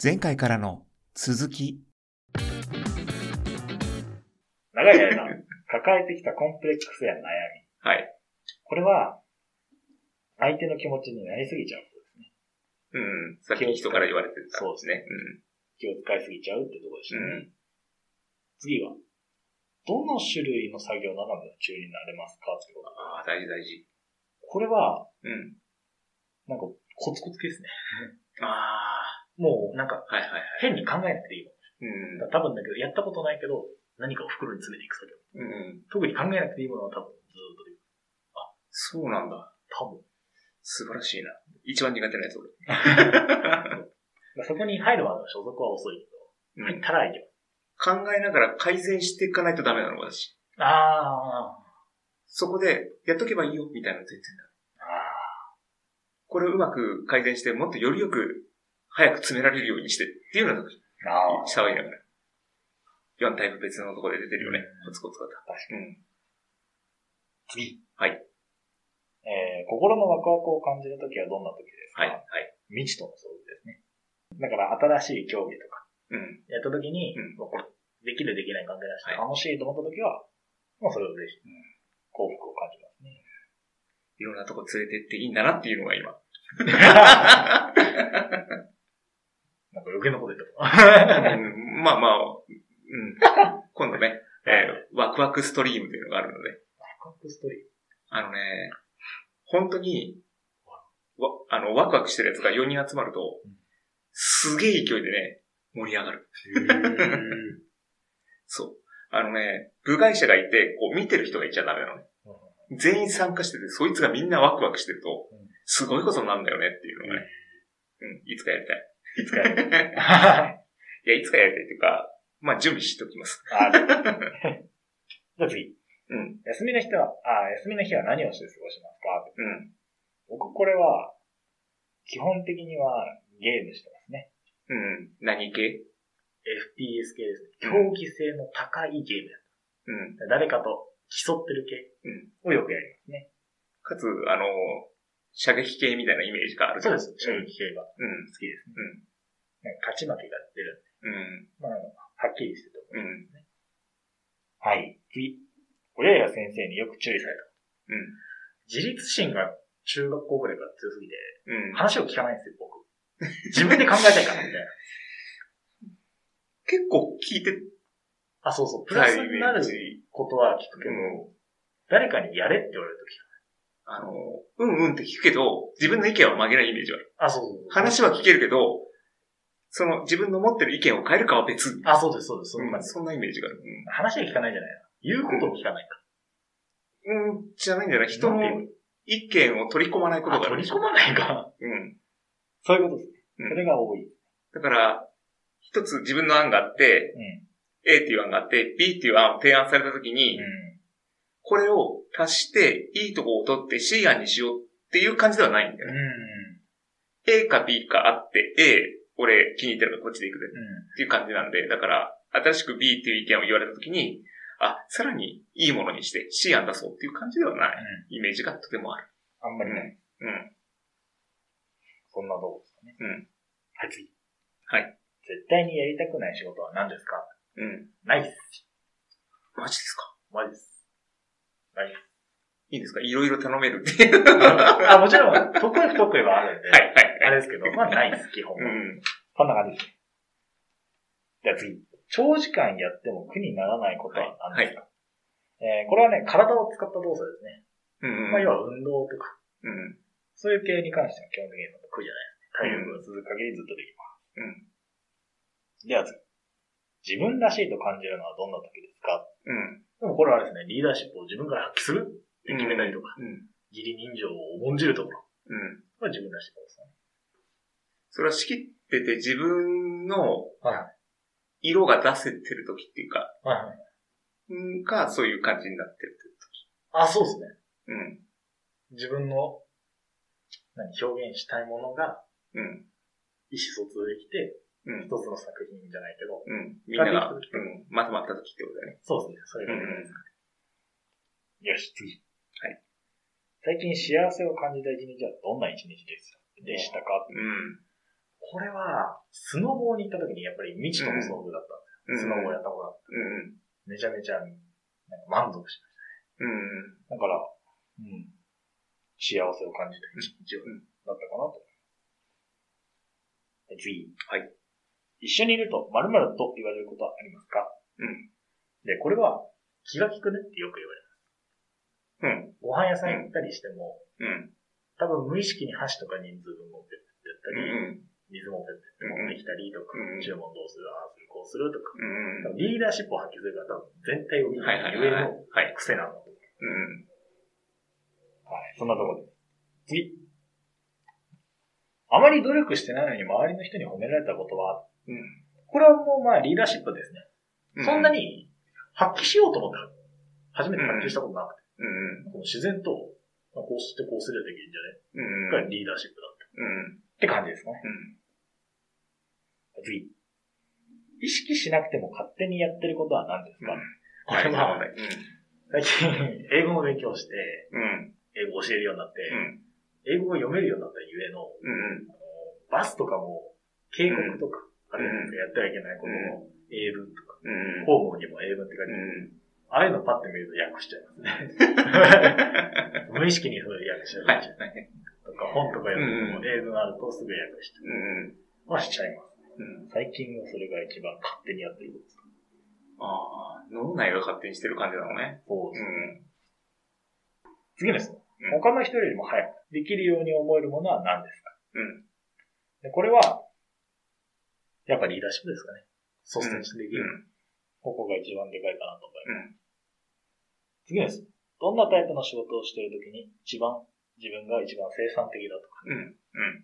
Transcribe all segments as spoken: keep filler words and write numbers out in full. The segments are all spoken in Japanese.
前回からの続き。 長い間抱えてきたコンプレックスや悩み。 はい。 これは相手の気持ちになりすぎちゃうことですね。 うん。さっき人から言われてた、 そうですね。うん。気を使いすぎちゃうってところでしたね。うん、次は、どの種類の作業なら夢中になれますかってこと。 ああ、大事大事。 これは、 うん。 なんかコツコツ系ですね。 ああ。 もうなんか、 はいはいはい。 変に考えなくていいもん。うん。多分だけど、やったことないけど、何かを袋に詰めていく作業。うん。特に考えなくていいものは多分ずーっとできる。 あ、そうなんだ。 多分。 素晴らしいな。一番苦手なやつ俺。 そこに入るまでの所属は遅いけど、入ったらいいよ。 考えながら改善していかないとダメなの、私。 ああ。 そこで、やっとけばいいよ、みたいなの全然ダメ。ああ。これをうまく改善して、もっとよりよく、早く詰められるようにしてっていうのが、騒ぎながら。よんタイプ別のところで出てるよね。コツコツ型。 確かに。うん、次。 はい。 えー、心のワクワクを感じるときはどんなときですか？ はい。はい。 未知との遭遇ですね。だから新しい競技とか、うん。やったときに、うん、これ、できるできない関係なし、はい、楽しいと思ったときは、まあそれは嬉しい。うん、幸福を感じますね。 いろんなとこ連れてっていいんだなっていうのが今。 なんか余計なこと言ったかうん、まあまあ、うん、今度ね、えー、ワクワクストリームというのがあるので。 ワクワクストリームあのね、本当に、わ、あの、ワクワクしてるやつがよにん集まると、うん、すげえ勢いでね、盛り上がる。そう。あのね、部外者がいて、こう見てる人がいちゃダメなのね。うん、全員参加してて、そいつがみんなワクワクしてると、すごいことになるんだよねっていうのがね。うん、いつかやりたい。 いつかやりたい。 いや、いつかやりたいっていうか、まあ、準備しておきます。 あじゃあ次。 うん。 休みの日は、あ休みの日は何をして過ごしますか？ うん。 僕これは、基本的にはゲームしてますね。 うん。何系？ エフピーエス 系ですね。競技性の高いゲームやった。うん。誰かと競ってる系をよくやりますね。 かつ、あの、射撃系みたいなイメージがある。 そうです。射撃系が。 うん。 好きですね。うん。なんか勝ち負けが出るんで。うん。まあ、はっきりしてると思いますね。うん。はい。次。親や先生によく注意された。うん。自立心が中学校ぐらいから強すぎて、うん。話を聞かないんですよ、僕。自分で考えたいから、みたいな。 結構聞いて、 あ、そうそう。プラスになることは聞くけど、うん、誰かにやれって言われると聞かない。 あの、うんうんって聞くけど、自分の意見は曲げないイメージはある。 あ、そうそうそう。 話は聞けるけど、その自分の持ってる意見を変えるかは別。 あ、そうです、そうです。そんな、 うん、そんなイメージがある。うん、 話は聞かないじゃないな。言うことを聞かないか。 うん、うん、じゃないんじゃない。人の意見を取り込まないことがある。 取り込まないか。 うん。 そういうことですね。うん、それが多い。 だから、一つ自分の案があって、うん、A っていう案があって、B っていう案を提案されたときに、うん、これを足して、いいとこを取って C 案にしようっていう感じではないんだよね。うん、A か B かあって、A、俺気に入ってるからこっちで行くで、うん、っていう感じなんで、だから、新しく B っていう意見を言われたときに、あ、さらにいいものにして C 案出そうっていう感じではない、うん、イメージがとてもある。 あんまりない。 うん。うん、 そんなとこですかね。 うん。 はい、次。 はい。 絶対にやりたくない仕事は何ですか？ うん。 ないっす。 マジですか？ マジです。ないです。 いいんですか？いろいろ頼めるっていう。 あ、もちろん、得意不得意はあるんで。 はいはい、はい。 あれですけど、まあないです、基本は。 うん。 こんな感じです。じゃあ次。長時間やっても苦にならないことは何ですか？はいはい、えー、これはね、体を使った動作ですね。うん、うん。まあ要は運動とか。うん。そういう系に関しては基本的に苦じゃないですね。体力が続く限りずっとできます。うん。では次。自分らしいと感じるのはどんな時ですか？うん。でもこれはですね、リーダーシップを自分から発揮するって決めたりとか、うん、義理人情を重んじるところ。うん。これは自分らしいことですね。 それは仕切ってて自分の色が出せてる時っていうか、はいはい。うんか、そういう感じになってる時。 あ、そうですね。 うん。 自分の何表現したいものが、うん。意思疎通できて、うん、一つの作品じゃないけど、 うん、みんなが、うん、まとまった時ってことだよね。 そうですね、そういうことです、うん。よし、次。 はい。 最近幸せを感じた一日はどんな一日ですでしたか？ うん。 これは、スノボーに行った時にやっぱり未知の遭遇だったんですよ。うん、スノボーやったことあった。うん、めちゃめちゃ、なんか満足しましたね。うん、だから、うん、幸せを感じた一日だったかなと。次。はい。一緒にいると〇〇と言われることはありますか？うん。で、これは気が利くねってよく言われます。うん。ご飯屋さん行ったりしても、うん。多分無意識に箸とか人数分持ってってやったり、うん、水持ってって持ってきたりとか、うん、注文どうする、ああする、こうするとか、うん、リーダーシップを発揮するから多分全体を見る上の癖なの。うん。はい、そんなところで。次。あまり努力してないのに周りの人に褒められたことは、うん、これはもうまあリーダーシップですね。うん、そんなに発揮しようと思って初めて発揮したことなくて、うん、この自然とこうしてこうすればできるんじゃね、うん、がリーダーシップだった、うん、って感じですかね。うん、次。意識しなくても勝手にやってることは何ですか？うん、これは、はい、最近英語の勉強して、うん、英語を教えるようになって、うん英語を読めるようになったゆえの、うんうん、あのバスとかも警告とか、あるいはやってはいけないことの英文とか、うん、項目にも英文って書いてある、うん、ああいうのパッて見ると訳しちゃいますね。無意識にそれ訳しちゃう。はい、とか本とか読んでも英文あるとすぐ訳しちゃう。うん、まあしちゃいます、ねうん。最近はそれが一番勝手にやってることです。 ああ、脳内が勝手にしてる感じなのね。 そうですね。うん、次です。他の人よりも早くできるように思えるものは何ですか？うん。でこれは、やっぱリーダーシップですかね。率先してできる。うん、ここが一番でかいかなと思います。うん、次です。どんなタイプの仕事をしているときに一番、自分が一番生産的だとか。うん。うん。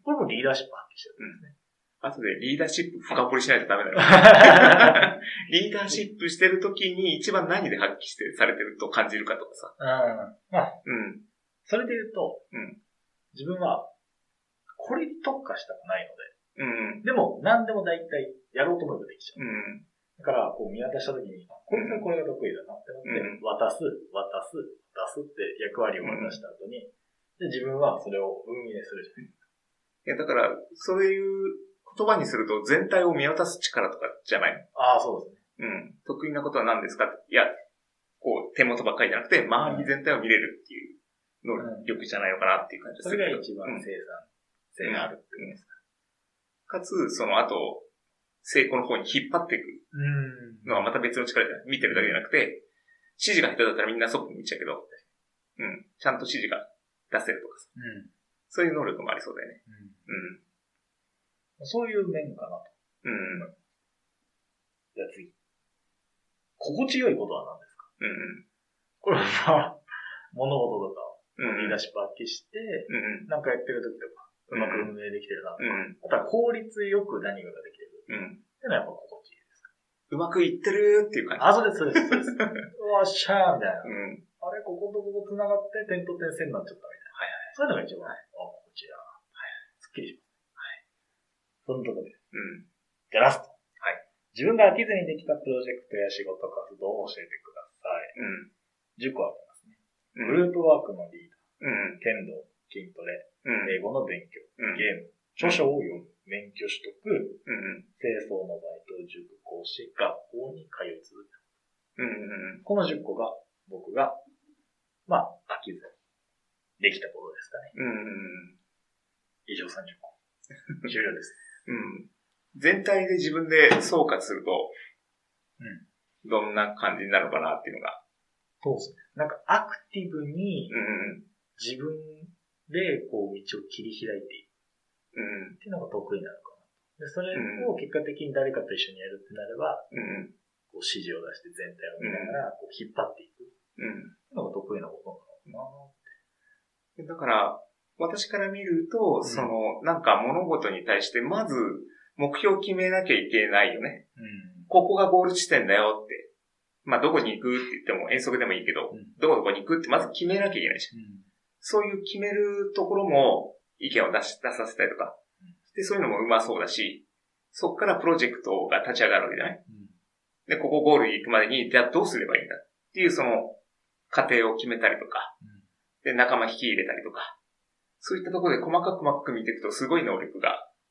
これもリーダーシップ発揮してるんですね。 あとでリーダーシップ深掘りしないとダメだよ。リーダーシップしてるときに一番何で発揮してされてると感じるかとかさ。うん。まあ。うん。 それで言うと、うん、自分は、これに特化したくないので、うん、でも、何でも大体やろうと思えばできちゃう。うん、だから、こう見渡したときに、こいつはこれが得意だなってなって、うん、渡す、渡す、渡すって役割を渡した後に、で自分はそれを運営するじゃない。いや、だから、そういう言葉にすると全体を見渡す力とかじゃないの？ ああ、そうですね。 うん。得意なことは何ですか？いや、こう、手元ばっかりじゃなくて、周り全体を見れるっていう。能力じゃないのかなっていう感じでする。それが一番生産性があるってことですか。かつ、その後、成功の方に引っ張っていくのはまた別の力で見てるだけじゃなくて、指示が下手だったらみんなそっぽに見ちゃうけど、うん、ちゃんと指示が出せるとかさ、うん、そういう能力もありそうだよね。 うんうん、そういう面かなと。うん、じゃあ次。心地よいことは何ですか？うん、これは、物事とか、リーダーシップ発揮して、うん、なんかやってる時とか、うまく運営できてるなとか、うん、あとは効率よく何かができてる。うん。っていうのはやっぱ心地いいですか？ うまくいってるっていう感じ。 あ、そうです、そうです、そうです。うわっしゃーみたいな。うん。あれ、こことここ繋がって点と点線になっちゃったみたいな。はいはい。そういうのが一番、はい、あ、心地いいな。はい。すっきりします。はい。そのとこです。うん。じゃあラスト。はい。自分が飽きずにできたプロジェクトや仕事活動を教えてください。うん。じゅっこありますね。グループワークのリーダー、うん、剣道、筋トレ、うん、英語の勉強、うん、ゲーム、著書を読む、免許取得、うん、清掃のバイト、塾講師、学校に通い続ける、うん。このじゅっこが僕が、まあ、飽きずにできたことですかね。うん、以上さんじゅっこ。終了です。 うん、全体で自分で総括すると、うん、どんな感じになるのかなっていうのが。 そうですね。なんかアクティブに自分でこう道を切り開いていく、うん、っていうのが得意なのかな。でそれを結果的に誰かと一緒にやるってなれば、うん、こう指示を出して全体を見ながらこう引っ張っていく、うん、っていうのが得意なことなのかなって。だから私から見ると、うん、そのなんか物事に対してまず目標を決めなきゃいけないよね。うん、ここがゴール地点だよって。まあ、どこに行くって言っても遠足でもいいけど、うん、どこどこに行くってまず決めなきゃいけないし、うん、そういう決めるところも意見を出し、出させたりとか、うん、で、そういうのもうまそうだし、そこからプロジェクトが立ち上がるわけじゃない、うん、で、ここゴールに行くまでに、じゃあどうすればいいんだっていうその過程を決めたりとか、うん、で、仲間引き入れたりとか、そういったところで細かく細かく見ていくとすごい能力が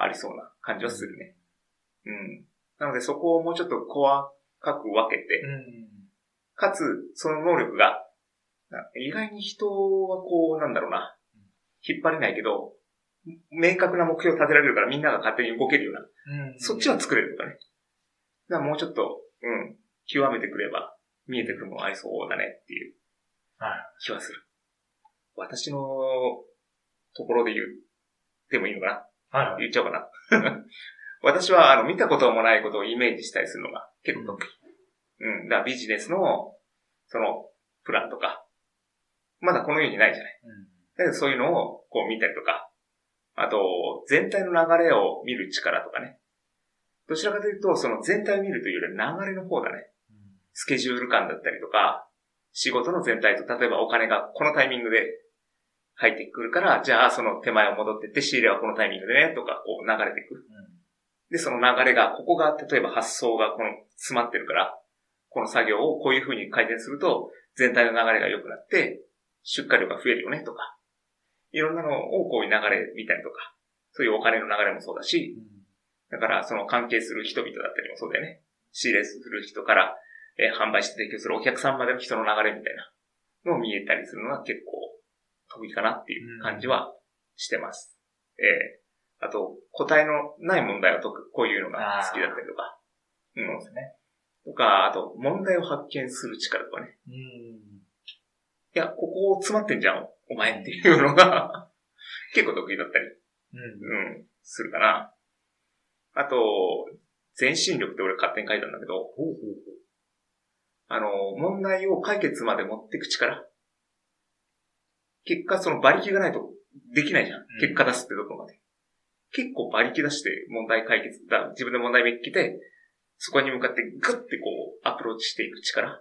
ありそうな感じはするね。うん。なのでそこをもうちょっと細かく分けて、うん、かつ、その能力が、意外に人はこう、なんだろうな、引っ張れないけど、明確な目標を立てられるからみんなが勝手に動けるような、うん、そっちは作れるとかね。だからもうちょっと、うん、極めてくれば見えてくるものありそうだねっていう気はする。はい、私のところで言ってもいいのかな、はい、言っちゃおうかな。私はあの見たこともないことをイメージしたりするのが結構得意。うん、うん。だからビジネスのそのプランとか、まだこの世にないじゃない。うん、だけどそういうのをこう見たりとか、あと全体の流れを見る力とかね。どちらかというとその全体を見るというよりは流れの方だね。うん、スケジュール感だったりとか、仕事の全体と例えばお金がこのタイミングで入ってくるから、じゃあその手前を戻ってって仕入れはこのタイミングでねとかこう流れていく。うん、で、その流れが、ここが例えば発想がこの詰まってるから、この作業をこういう風に改善すると全体の流れが良くなって出荷量が増えるよねとか、いろんなのをこういう流れ見たりとか、そういうお金の流れもそうだし、うん、だからその関係する人々だったりもそうだよね。仕入れする人から、えー、販売して提供するお客さんまでの人の流れみたいなのを見えたりするのが結構得意かなっていう感じはしてます。うん、えー、あと答えのない問題を解く、こういうのが好きだったりとか。うん。そうですね。とか、あと問題を発見する力とかね。うん。いや、ここ詰まってんじゃん、お前っていうのが結構得意だったり、うん、うん、するかな。あと、前進力って俺勝手に書いたんだけど、ほうほうほう、あの、問題を解決まで持っていく力。結果、その馬力がないとできないじゃん。うん、結果出すってとこまで。結構馬力出して問題解決だ、自分で問題見つけて、そこに向かってグッてこうアプローチしていく力、うん、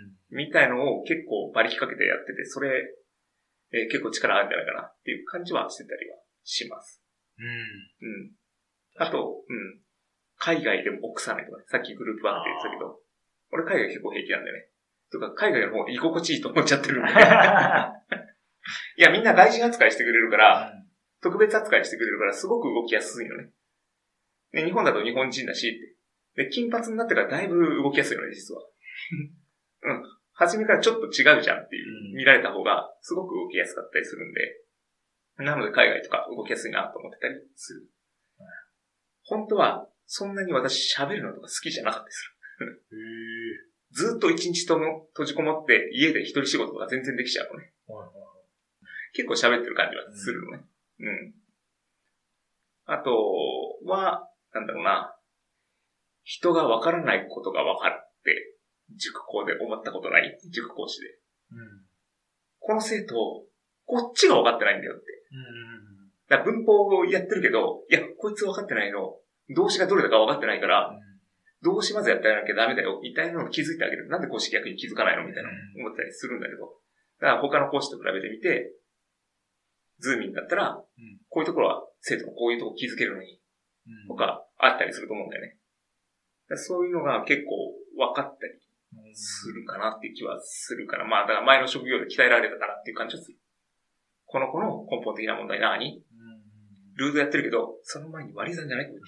みたいのを結構馬力かけてやってて、それ、えー、結構力あるんじゃないかなっていう感じはしてたりはします。うん。うん。あと、うん。海外でも臆さないとかね。さっきグループワークって言ってたけど、俺海外結構平気なんだよね。とか、海外の方が居心地いいと思っちゃってるんで。いや、みんな外人扱いしてくれるから、うん、特別扱いしてくれるから、すごく動きやすいのね。で、日本だと日本人だしって。で、金髪になってからだいぶ動きやすいよね、実は。うん。初めからちょっと違うじゃんっていう、うん、見られた方がすごく動きやすかったりするんで、なので海外とか動きやすいなと思ってたりする。うん、本当は、そんなに私喋るのとか好きじゃなかったりする。へずーっと一日とも閉じこもって家で一人仕事とか全然できちゃうのね。結構喋ってる感じはするのね。うん。うん、あとは、なんだろうな。人がわからないことがわかるって、塾講で思ったことない塾講師で。うん、この生徒、こっちがわかってないんだよって。うん、だから文法をやってるけど、いや、こいつわかってないの、動詞がどれだかわかってないから、うん、動詞まずやってやらなきゃダメだよ、みたいなのを気づいてあげる。なんで講師逆に気づかないのみたいな思ったりするんだけど。だから他の講師と比べてみて、ズーミンだったら、うん、こういうところは生徒のこういうところ気づけるのに、とかあったりすると思うんだよね。そういうのが結構分かったりするかなっていう気はするから、まあだから前の職業で鍛えられたかなっていう感じはする。この子の根本的な問題何？ルートやってるけど、その前に割り算じゃない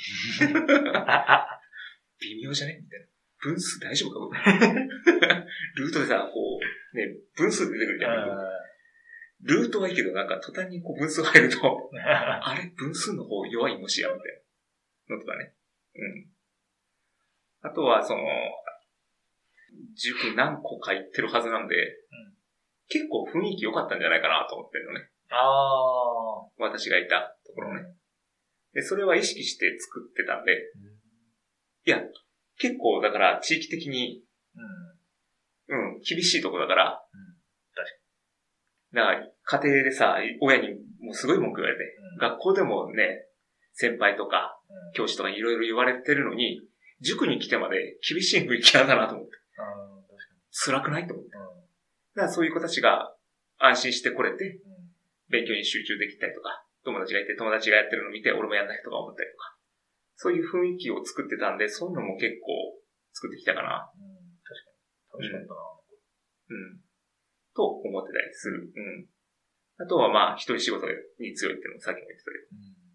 微妙じゃねみたいな。分数大丈夫かルートでさ、こう、ね、分数出てくるじゃん。ルートはいいけど、なんか途端にこう分数入ると、あれ分数の方弱いもしや、みたいなのとかね。うん。あとは、その、塾何個か行ってるはずなんで、うん、結構雰囲気良かったんじゃないかなと思ってるのね。ああ。私がいたところね。で、それは意識して作ってたんで、うん、いや、結構だから地域的に、うん、うん、厳しいとこだから、うん、確かに。だから家庭でさ、親にもうすごい文句言われて、うん、学校でもね、先輩とか、うん、教師とかにいろいろ言われてるのに、塾に来てまで厳しい雰囲気なんだなと思って。あ、確かに。辛くないと思って。うん、だからそういう子たちが安心して来れて、うん、勉強に集中できたりとか、友達がいて友達がやってるのを見て俺もやんないとか思ったりとか、そういう雰囲気を作ってたんで、そういうのも結構作ってきたかな。うん、確かに。楽しかったな。うん。うん。と思ってたりする。うん。あとはまあ、一人仕事に強いっていうのもさっきも言ってたけど。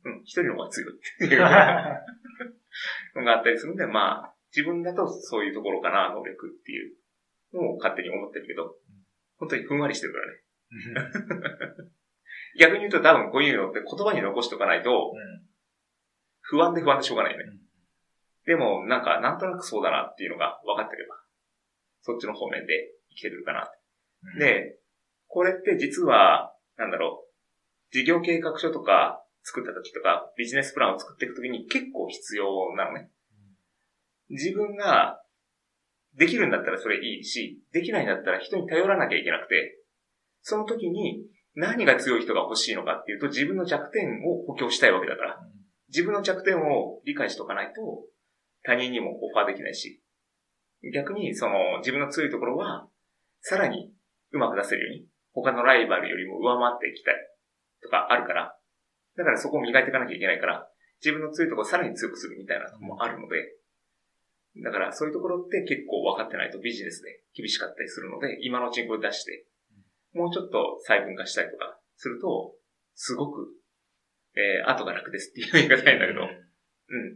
うん、一人の方が強いっていうのがあったりするんで、まあ、自分だとそういうところかな、能力っていうのを勝手に思ってるけど、本当にふんわりしてるからね。逆に言うと多分こういうのって言葉に残しとかないと、不安で不安でしょうがないよね。うん、でも、なんか、なんとなくそうだなっていうのが分かってれば、そっちの方面で生きてくるかなって。うん、で、これって実は、なんだろう、事業計画書とか作った時とか、ビジネスプランを作っていく時に結構必要なのね。うん、自分ができるんだったらそれいいし、できないんだったら人に頼らなきゃいけなくて、その時に何が強い人が欲しいのかっていうと、自分の弱点を補強したいわけだから、うん、自分の弱点を理解しとかないと、他人にもオファーできないし、逆にその自分の強いところは、さらにうまく出せるように、他のライバルよりも上回っていきたいとかあるから、だからそこを磨いていかなきゃいけないから、自分の強いところをさらに強くするみたいなところもあるので、だからそういうところって結構分かってないとビジネスで厳しかったりするので、今のうちにこれ出して、もうちょっと細分化したりとかすると、すごく、えー、後が楽ですっていう言い方なんだけど、うん。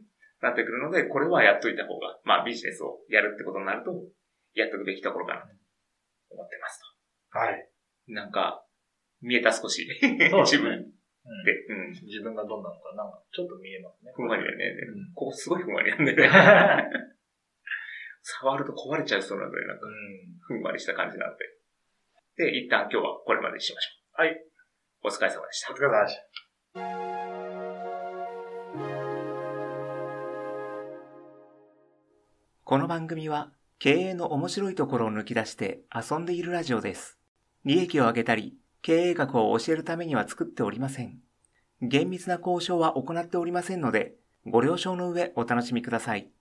なってくるので、これはやっといた方が、まあビジネスをやるってことになると、やっとくべきところかなと思ってますと。 はい。 なんか、見えた少し。 そうですね。 自分で、 うん。うん。自分がどんなのか、なんか、ちょっと見えますね。 ふんわりだよね。うん、ここすごいふんわりなんでね。触ると壊れちゃいそうなので、なんか、ふんわりした感じなので。で、一旦今日はこれまでにしましょう。 はい。 お疲れ様でした。 お疲れ様でした。 この番組は経営の面白いところを抜き出して遊んでいるラジオです。利益を上げたり、経営学を教えるためには作っておりません。厳密な交渉は行っておりませんので、ご了承の上お楽しみください。